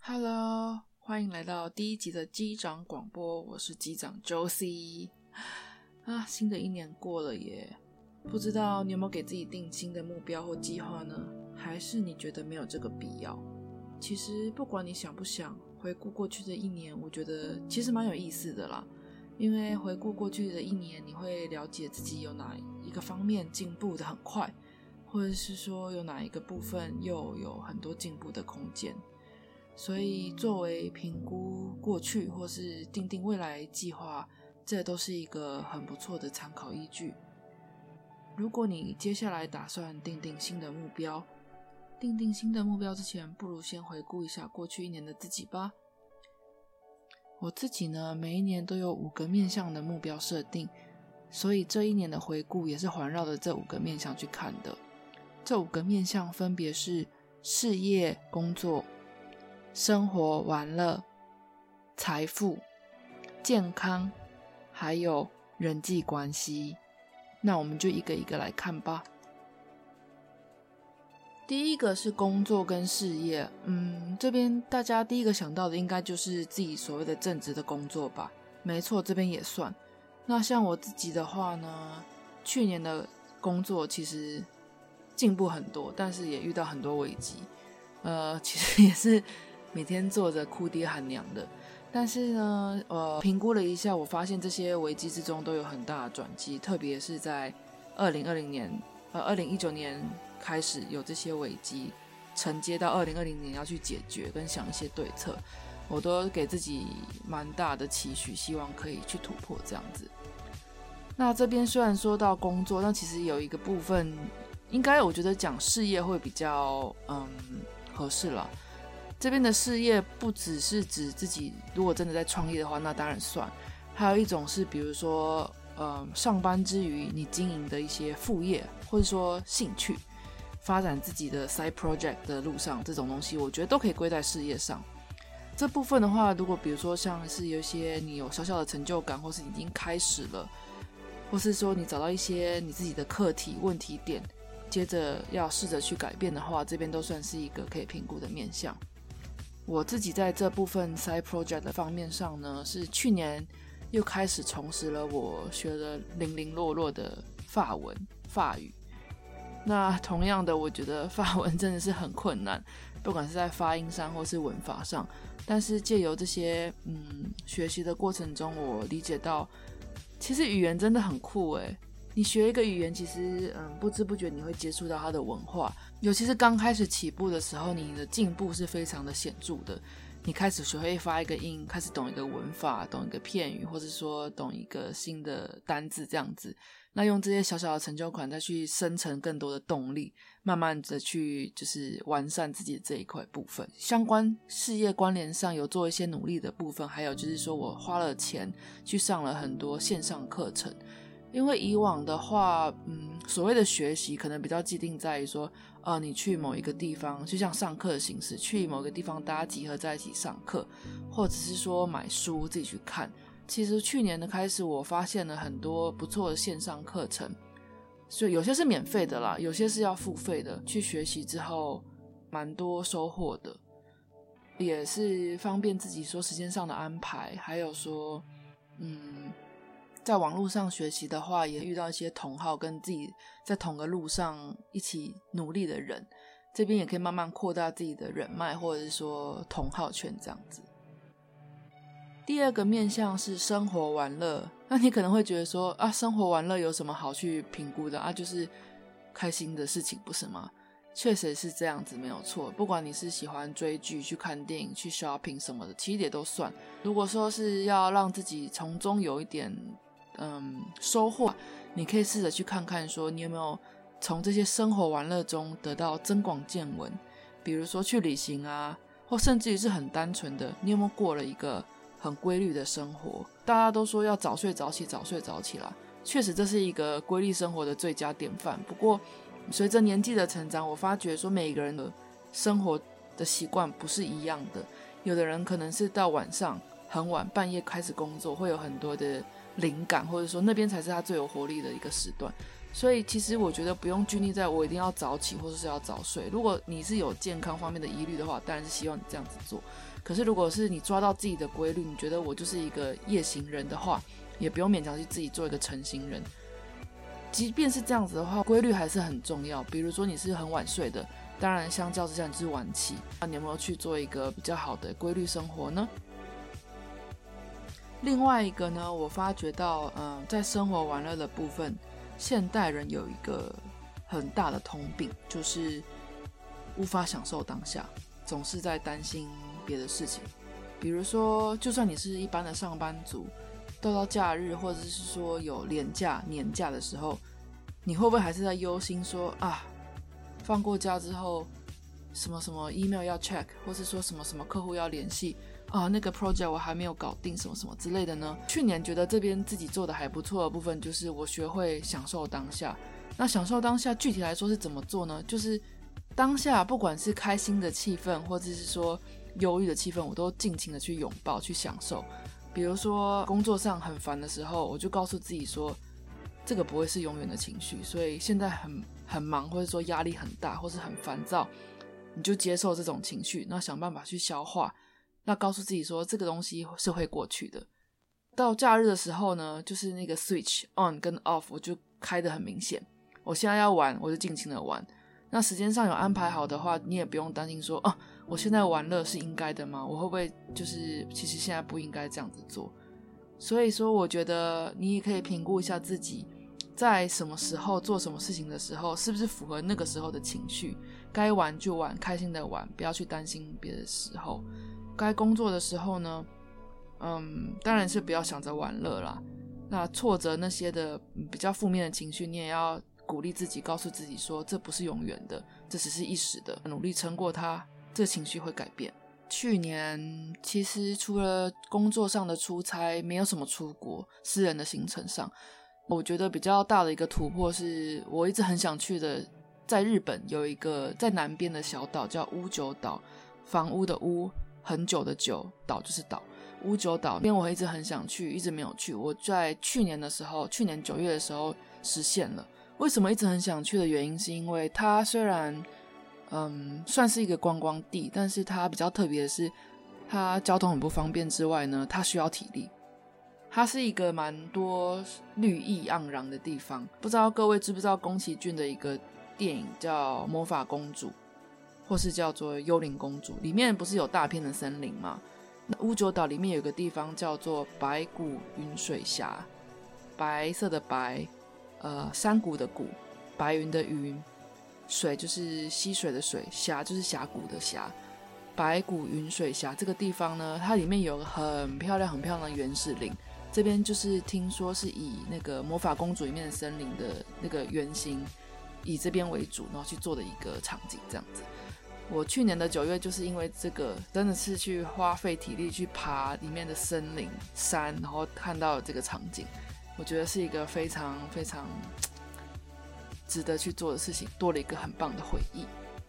Hello， 欢迎来到第一集的机长广播，我是机长 Josie。新的一年过了耶，不知道你有没有给自己定新的目标或计划呢？还是你觉得没有这个必要？其实不管你想不想，回顾过去的一年，我觉得其实蛮有意思的啦。因为回顾过去的一年，你会了解自己有哪一个方面进步的很快，或者是说有哪一个部分又有很多进步的空间。所以作为评估过去或是订定未来计划，这都是一个很不错的参考依据。如果你接下来打算订定新的目标之前，不如先回顾一下过去一年的自己吧。我自己呢，每一年都有5个面向的目标设定，所以这一年的回顾也是环绕着这5个面向去看的。这5个面向分别是事业、工作、生活、玩乐、财富、健康，还有人际关系。那我们就一个一个来看吧。第一个是工作跟事业，这边大家第一个想到的应该就是自己所谓的正职的工作吧。没错，这边也算。那像我自己的话呢，去年的工作其实进步很多，但是也遇到很多危机。其实也是每天坐着哭爹喊娘的。但是呢，评估了一下，我发现这些危机之中都有很大的转机，特别是在2019年开始有这些危机，承接到2020年要去解决跟想一些对策，我都给自己蛮大的期许，希望可以去突破这样子。那这边虽然说到工作，但其实有一个部分，应该我觉得讲事业会比较合适啦。这边的事业不只是指自己如果真的在创业的话，那当然算。还有一种是比如说上班之余你经营的一些副业，或者说兴趣，发展自己的 side project 的路上，这种东西我觉得都可以归在事业上。这部分的话，如果比如说像是有一些你有小小的成就感，或是已经开始了，或是说你找到一些你自己的课题问题点，接着要试着去改变的话，这边都算是一个可以评估的面向。我自己在这部分 side project 的方面上呢，是去年又开始重拾了我学了零零落落的法语。那同样的，我觉得法文真的是很困难，不管是在发音上或是文法上。但是借由这些学习的过程中，我理解到其实语言真的很酷耶。你学一个语言，其实不知不觉你会接触到它的文化，尤其是刚开始起步的时候，你的进步是非常的显著的。你开始学会发一个音，开始懂一个文法，懂一个片语，或者说懂一个新的单字这样子。那用这些小小的成就感再去生成更多的动力，慢慢的去就是完善自己的这一块部分。相关事业关联上有做一些努力的部分，还有就是说我花了钱去上了很多线上课程。因为以往的话所谓的学习可能比较既定在于说你去某一个地方，就像上课的形式，去某个地方大家集合在一起上课，或者是说买书自己去看。其实去年的开始，我发现了很多不错的线上课程，所以有些是免费的啦，有些是要付费的。去学习之后蛮多收获的，也是方便自己说时间上的安排，还有说在网络上学习的话，也遇到一些同好跟自己在同个路上一起努力的人，这边也可以慢慢扩大自己的人脉，或者是说同好圈这样子。第二个面向是生活玩乐，那你可能会觉得说生活玩乐有什么好去评估的就是开心的事情不是吗？确实是这样子，没有错。不管你是喜欢追剧、去看电影、去 shopping 什么的，其实也都算。如果说是要让自己从中有一点收获，你可以试着去看看说你有没有从这些生活玩乐中得到增广见闻。比如说去旅行啊，或甚至于是很单纯的你有没有过了一个很规律的生活。大家都说要早睡早起啦，确实这是一个规律生活的最佳典范。不过随着年纪的成长，我发觉说每一个人的生活的习惯不是一样的。有的人可能是到晚上很晚半夜开始工作，会有很多的灵感，或者说那边才是他最有活力的一个时段。 所以其实我觉得不用拘泥在我一定要早起或者是要早睡。如果你是有健康方面的疑虑的话，当然是希望你这样子做。可是如果是你抓到自己的规律，你觉得我就是一个夜行人的话，也不用勉强去自己做一个晨行人。即便是这样子的话，规律还是很重要。比如说你是很晚睡的，当然相较之下你就是晚起，那你有没有去做一个比较好的规律生活呢？另外一个呢，我发觉到在生活玩乐的部分，现代人有一个很大的通病，就是无法享受当下，总是在担心别的事情。比如说就算你是一般的上班族，到假日或者是说有连假年假的时候，你会不会还是在忧心说放过假之后什么什么 email 要 check， 或是说什么什么客户要联系那个 project 我还没有搞定什么什么之类的呢？去年觉得这边自己做的还不错的部分，就是我学会享受当下。那享受当下具体来说是怎么做呢？就是当下不管是开心的气氛或者是说忧郁的气氛，我都尽情的去拥抱去享受。比如说工作上很烦的时候，我就告诉自己说这个不会是永远的情绪，所以现在很忙或者说压力很大或是很烦躁，你就接受这种情绪，那想办法去消化，那告诉自己说这个东西是会过去的。到假日的时候呢，就是那个 switch on 跟 off 我就开得很明显，我现在要玩我就尽情的玩。那时间上有安排好的话，你也不用担心说我现在玩乐是应该的吗？我会不会就是其实现在不应该这样子做？所以说我觉得你也可以评估一下自己在什么时候做什么事情的时候是不是符合那个时候的情绪，该玩就玩，开心的玩，不要去担心别的时候。该工作的时候呢当然是不要想着玩乐啦。那挫折那些的比较负面的情绪，你也要鼓励自己，告诉自己说这不是永远的，这只是一时的，努力撑过它，这情绪会改变。去年其实除了工作上的出差，没有什么出国，私人的行程上，我觉得比较大的一个突破是我一直很想去的，在日本有一个在南边的小岛叫屋久岛，房屋的屋，很久的久，岛就是岛，屋久岛边我一直很想去，一直没有去。我在去年9月的时候实现了。为什么一直很想去的原因是因为它虽然算是一个观光地，但是它比较特别的是它交通很不方便之外呢，它需要体力。它是一个蛮多绿意盎然的地方。不知道各位知不知道宫崎骏的一个电影叫魔法公主，或是叫做幽灵公主，里面不是有大片的森林吗？那屋久岛里面有个地方叫做白骨云水峡，白色的白山谷的谷，白云的云，水就是溪水的水，峡就是峡谷的峡。白骨云水峡这个地方呢，它里面有很漂亮很漂亮的原始林，这边就是听说是以那个魔法公主里面的森林的那个原型以这边为主，然后去做的一个场景这样子。我去年的9月就是因为这个真的是去花费体力去爬里面的森林山，然后看到这个场景，我觉得是一个非常非常值得去做的事情，多了一个很棒的回忆。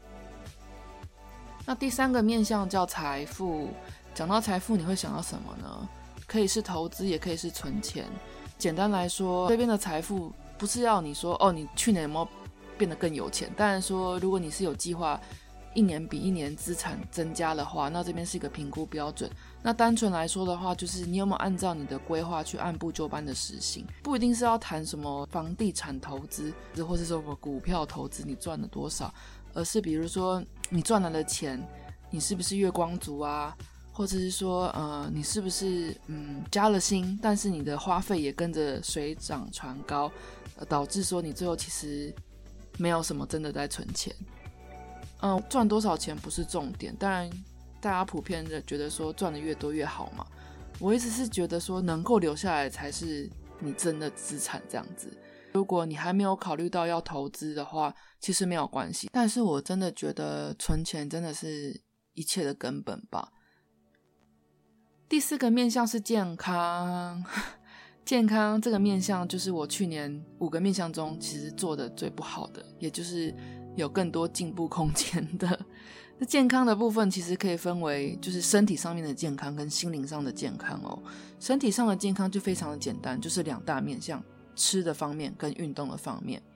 那第三个面向叫财富。讲到财富你会想到什么呢？可以是投资也可以是存钱。简单来说，这边的财富不是要你说你去年有没有变得更有钱，当然说如果你是有计划一年比一年资产增加的话，那这边是一个评估标准。那单纯来说的话，就是你有没有按照你的规划去按部就班的实行，不一定是要谈什么房地产投资或是什么股票投资你赚了多少，而是比如说你赚来的钱你是不是月光族啊，或者是说你是不是加了薪，但是你的花费也跟着水涨船高，导致说你最后其实没有什么真的在存钱。赚多少钱不是重点，当然大家普遍的觉得说赚的越多越好嘛。我一直是觉得说能够留下来才是你真的资产这样子。如果你还没有考虑到要投资的话，其实没有关系，但是我真的觉得存钱真的是一切的根本吧。第四个面向是健康。健康这个面向就是我去年5个面向中其实做的最不好的，也就是有更多进步空间的。那健康的部分其实可以分为就是身体上面的健康跟心灵上的健康哦。身体上的健康就非常的简单，就是2大面向，吃的方面跟运动的方面。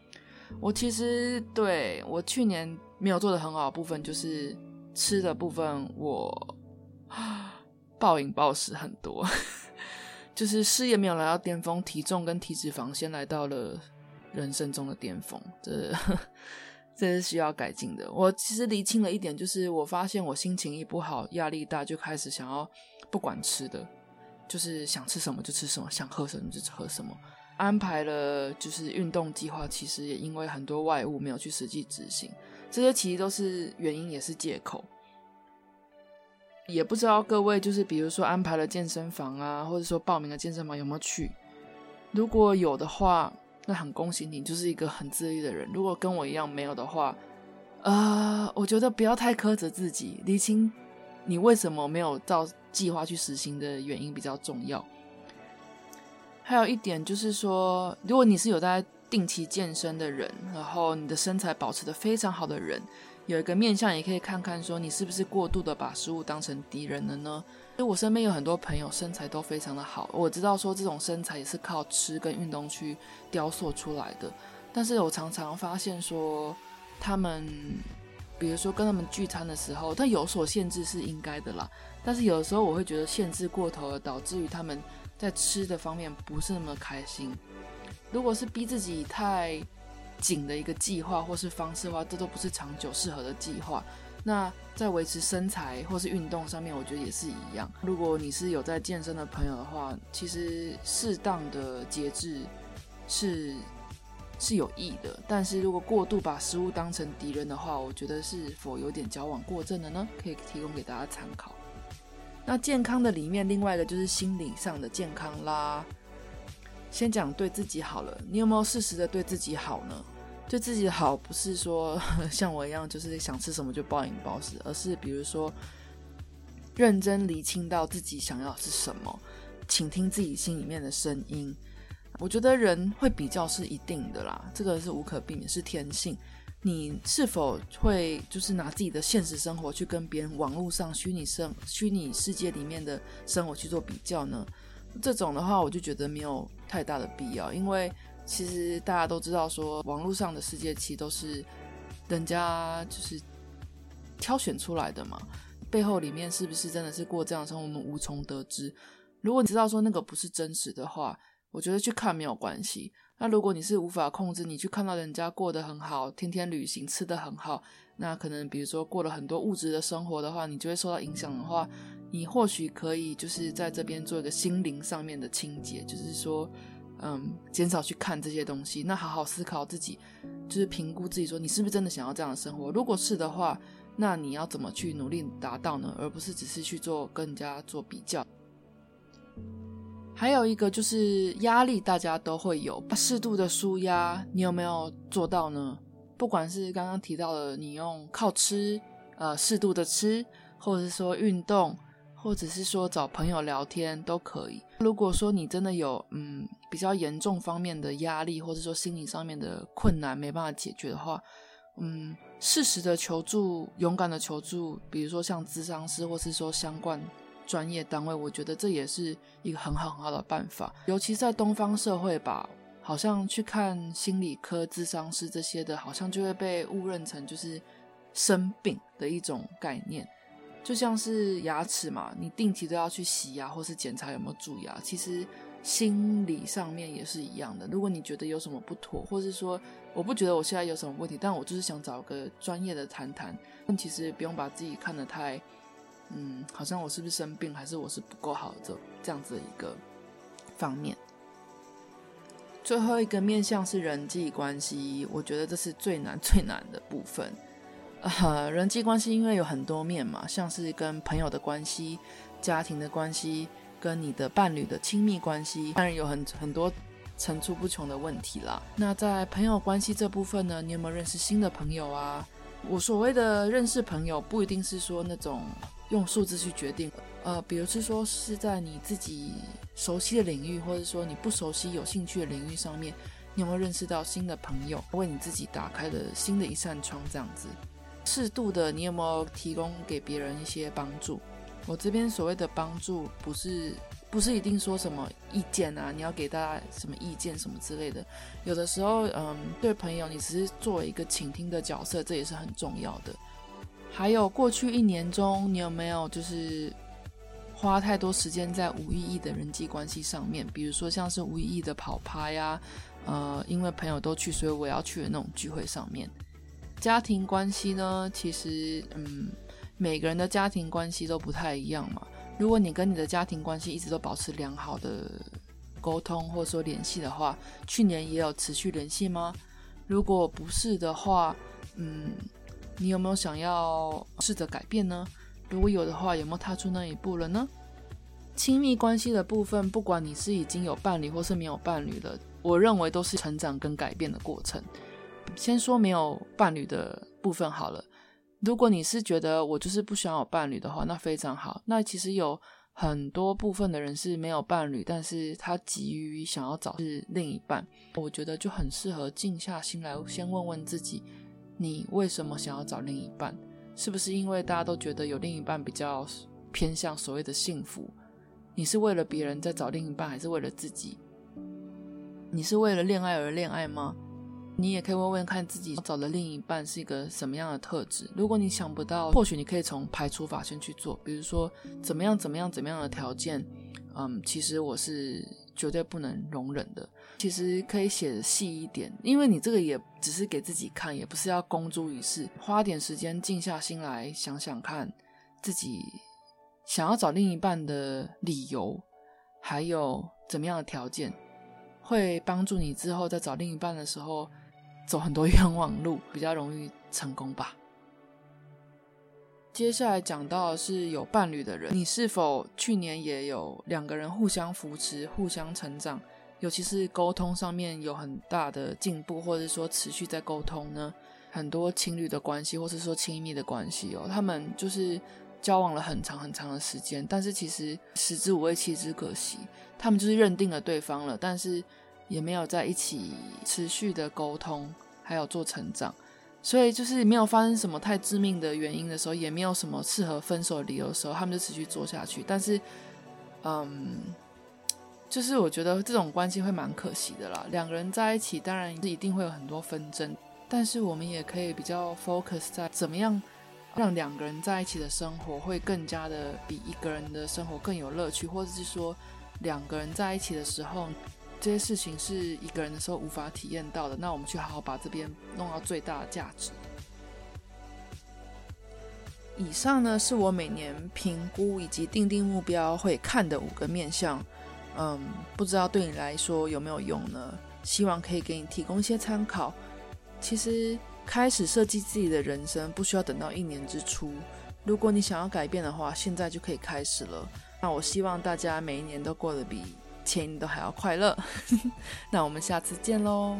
我其实对我去年没有做的很好的部分就是吃的部分，我暴饮暴食很多就是事业没有来到巅峰，体重跟体脂肪先来到了人生中的巅峰，这是需要改进的。我其实厘清了一点，就是我发现我心情一不好，压力大，就开始想要不管吃的，就是想吃什么就吃什么，想喝什么就喝什么。安排了就是运动计划，其实也因为很多外物没有去实际执行，这些其实都是原因，也是借口。也不知道各位就是比如说安排了健身房啊，或者说报名了健身房有没有去，如果有的话那很恭喜你，就是一个很自律的人。如果跟我一样没有的话，我觉得不要太苛责自己，厘清你为什么没有照计划去实行的原因比较重要。还有一点就是说，如果你是有在定期健身的人，然后你的身材保持得非常好的人，有一个面向也可以看看说你是不是过度的把食物当成敌人了呢？因为我身边有很多朋友身材都非常的好，我知道说这种身材也是靠吃跟运动去雕塑出来的，但是我常常发现说他们比如说跟他们聚餐的时候，但有所限制是应该的啦，但是有的时候我会觉得限制过头了，导致于他们在吃的方面不是那么开心。如果是逼自己太紧的一个计划或是方式的话，这都不是长久适合的计划。那在维持身材或是运动上面，我觉得也是一样。如果你是有在健身的朋友的话，其实适当的节制是有益的，但是如果过度把食物当成敌人的话，我觉得是否有点矫枉过正的呢？可以提供给大家参考。那健康的里面，另外一个就是心理上的健康啦。先讲对自己好了，你有没有适时的对自己好呢？对自己好不是说像我一样就是想吃什么就暴饮暴食，而是比如说认真厘清到自己想要的是什么，倾听自己心里面的声音。我觉得人会比较是一定的啦，这个是无可避免，是天性。你是否会就是拿自己的现实生活去跟别人网络上虚拟世界里面的生活去做比较呢？这种的话我就觉得没有太大的必要，因为其实大家都知道说网络上的世界其实都是人家就是挑选出来的嘛，背后里面是不是真的是过这样的生活我们无从得知。如果你知道说那个不是真实的话，我觉得去看没有关系。那如果你是无法控制，你去看到人家过得很好，天天旅行，吃得很好，那可能比如说过了很多物质的生活的话，你就会受到影响的话，你或许可以就是在这边做一个心灵上面的清洁，就是说减少去看这些东西，那好好思考自己，就是评估自己说你是不是真的想要这样的生活，如果是的话，那你要怎么去努力达到呢？而不是只是去做跟人家做比较。还有一个就是压力大家都会有，适度的抒压你有没有做到呢？不管是刚刚提到的你用靠吃适度的吃，或者是说运动，或者是说找朋友聊天都可以。如果说你真的有比较严重方面的压力，或者说心理上面的困难没办法解决的话，适时的求助，勇敢的求助，比如说像咨商师或是说相关专业单位，我觉得这也是一个很好的办法。尤其在东方社会吧，好像去看心理科、咨商师这些的，好像就会被误认成就是生病的一种概念。就像是牙齿嘛，你定期都要去洗牙或是检查有没有蛀牙，其实心理上面也是一样的。如果你觉得有什么不妥，或是说我不觉得我现在有什么问题，但我就是想找个专业的谈谈，其实不用把自己看得太好像我是不是生病，还是我是不够好的这样子的一个方面。最后一个面向是人际关系，我觉得这是最难的部分。人际关系因为有很多面嘛，像是跟朋友的关系、家庭的关系、跟你的伴侣的亲密关系，当然有很多层出不穷的问题啦。那在朋友关系这部分呢，你有没有认识新的朋友啊？我所谓的认识朋友不一定是说那种用数字去决定，比如是说是在你自己熟悉的领域，或者说你不熟悉有兴趣的领域上面，你有没有认识到新的朋友，为你自己打开了新的一扇窗这样子。适度的你有没有提供给别人一些帮助？我这边所谓的帮助不是不是一定说什么意见啊，你要给大家什么意见什么之类的，有的时候对朋友你只是作为一个倾听的角色，这也是很重要的。还有过去1年中，你有没有就是花太多时间在无意义的人际关系上面，比如说像是无意义的跑趴呀，因为朋友都去所以我要去的那种聚会上面。家庭关系呢，其实每个人的家庭关系都不太一样嘛。如果你跟你的家庭关系一直都保持良好的沟通或者说联系的话，去年也有持续联系吗？如果不是的话，你有没有想要试着改变呢？如果有的话，有没有踏出那一步了呢？亲密关系的部分，不管你是已经有伴侣或是没有伴侣了，我认为都是成长跟改变的过程。先说没有伴侣的部分好了，如果你是觉得我就是不想有伴侣的话，那非常好。那其实有很多部分的人是没有伴侣，但是他急于想要找是另一半，我觉得就很适合静下心来先问问自己，你为什么想要找另一半？是不是因为大家都觉得有另一半比较偏向所谓的幸福？你是为了别人在找另一半，还是为了自己？你是为了恋爱而恋爱吗？你也可以问问看自己找的另一半是一个什么样的特质。如果你想不到，或许你可以从排除法先去做，比如说怎么样的条件其实我是绝对不能容忍的。其实可以写得细一点，因为你这个也只是给自己看，也不是要公诸于世。花点时间静下心来想想看自己想要找另一半的理由，还有怎么样的条件，会帮助你之后在找另一半的时候走很多冤枉路，比较容易成功吧。接下来讲到的是有伴侣的人，你是否去年也有2个人互相扶持互相成长，尤其是沟通上面有很大的进步，或者说持续在沟通呢？很多情侣的关系或是说亲密的关系他们就是交往了很长很长的时间，但是其实食之无味弃之可惜，他们就是认定了对方了，但是也没有在一起持续的沟通还有做成长，所以就是没有发生什么太致命的原因的时候，也没有什么适合分手的理由的时候，他们就持续做下去。但是就是我觉得这种关系会蛮可惜的啦。2个人在一起当然一定会有很多纷争，但是我们也可以比较 focus 在怎么样让2个人在一起的生活会更加的比1个人的生活更有乐趣，或者是说2个人在一起的时候，这些事情是1个人的时候无法体验到的，那我们去好好把这边弄到最大的价值。以上呢是我每年评估以及订定目标会看的5个面向，不知道对你来说有没有用呢？希望可以给你提供一些参考。其实开始设计自己的人生不需要等到1年之初，如果你想要改变的话，现在就可以开始了。那我希望大家每一年都过得比前一年都还要快乐那我们下次见咯。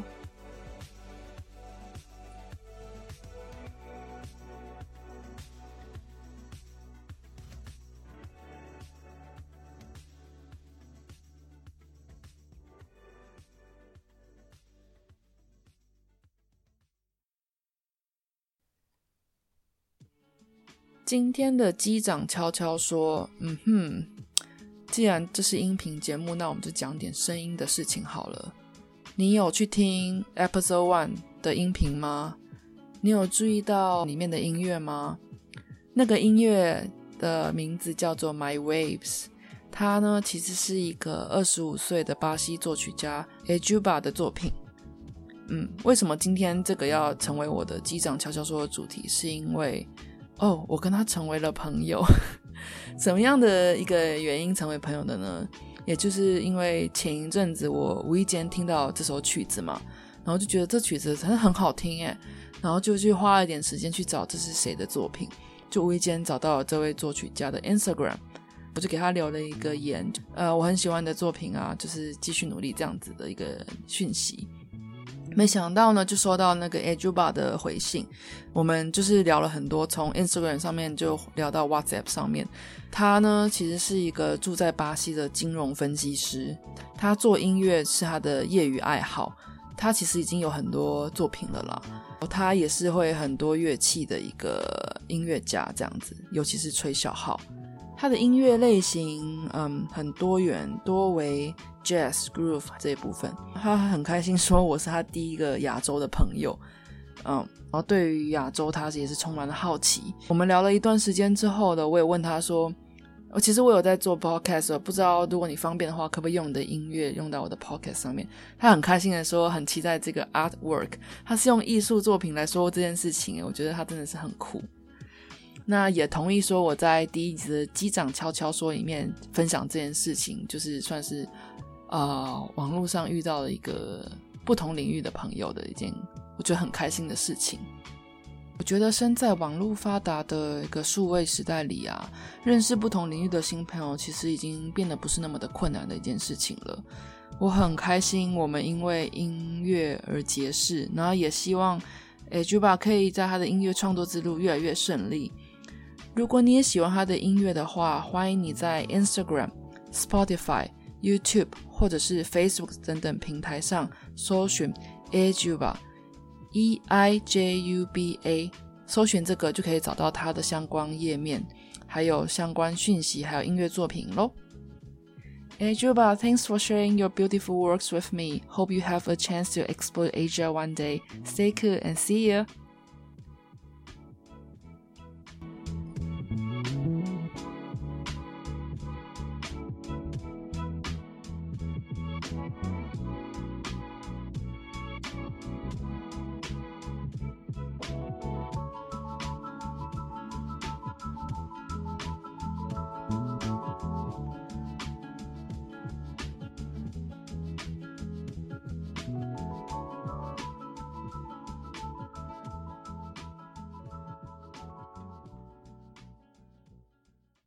今天的机长悄悄说既然这是音频节目，那我们就讲点声音的事情好了。你有去听 Episode 1的音频吗？你有注意到里面的音乐吗？那个音乐的名字叫做 My Waves， 它呢其实是一个25岁的巴西作曲家 Ejuba 的作品。为什么今天这个要成为我的机长悄悄说的主题，是因为我跟他成为了朋友怎么样的一个原因成为朋友的呢？也就是因为前一阵子我无意间听到这首曲子嘛，然后就觉得这曲子真的很好听耶，然后就去花了一点时间去找这是谁的作品，就无意间找到了这位作曲家的 Instagram， 我就给他留了一个言，我很喜欢的作品啊，就是继续努力这样子的一个讯息。没想到呢就收到那个 Ejuba 的回信，我们就是聊了很多，从 Instagram 上面就聊到 WhatsApp 上面。他呢其实是一个住在巴西的金融分析师，他做音乐是他的业余爱好，他其实已经有很多作品了啦，他也是会很多乐器的一个音乐家这样子，尤其是吹小号。 他的音乐类型很多元，多为 Jazz Groove 这一部分。他很开心说我是他第一个亚洲的朋友，然后对于亚洲他也是充满了好奇。我们聊了一段时间之后呢，我也问他说，其实我有在做 podcast， 不知道如果你方便的话可不可以用你的音乐用到我的 podcast 上面。他很开心的说很期待这个 artwork， 他是用艺术作品来说这件事情，我觉得他真的是很酷。那也同意说我在第一集的机长悄悄说里面分享这件事情，就是算是网络上遇到了一个不同领域的朋友的一件我觉得很开心的事情。我觉得身在网络发达的一个数位时代里啊，认识不同领域的新朋友其实已经变得不是那么的困难的一件事情了。我很开心我们因为音乐而结识，然后也希望Juba 可以在他的音乐创作之路越来越顺利。如果你也喜欢他的音乐的话，欢迎你在 Instagram、Spotify、YouTube 或者是 Facebook 等等平台上搜寻 Juba EIJUBA， 搜寻这个就可以找到他的相关页面，还有相关讯息，还有音乐作品咯。Juba, thanks for sharing your beautiful works with me. Hope you have a chance to explore Asia one day. Stay cool and see ya!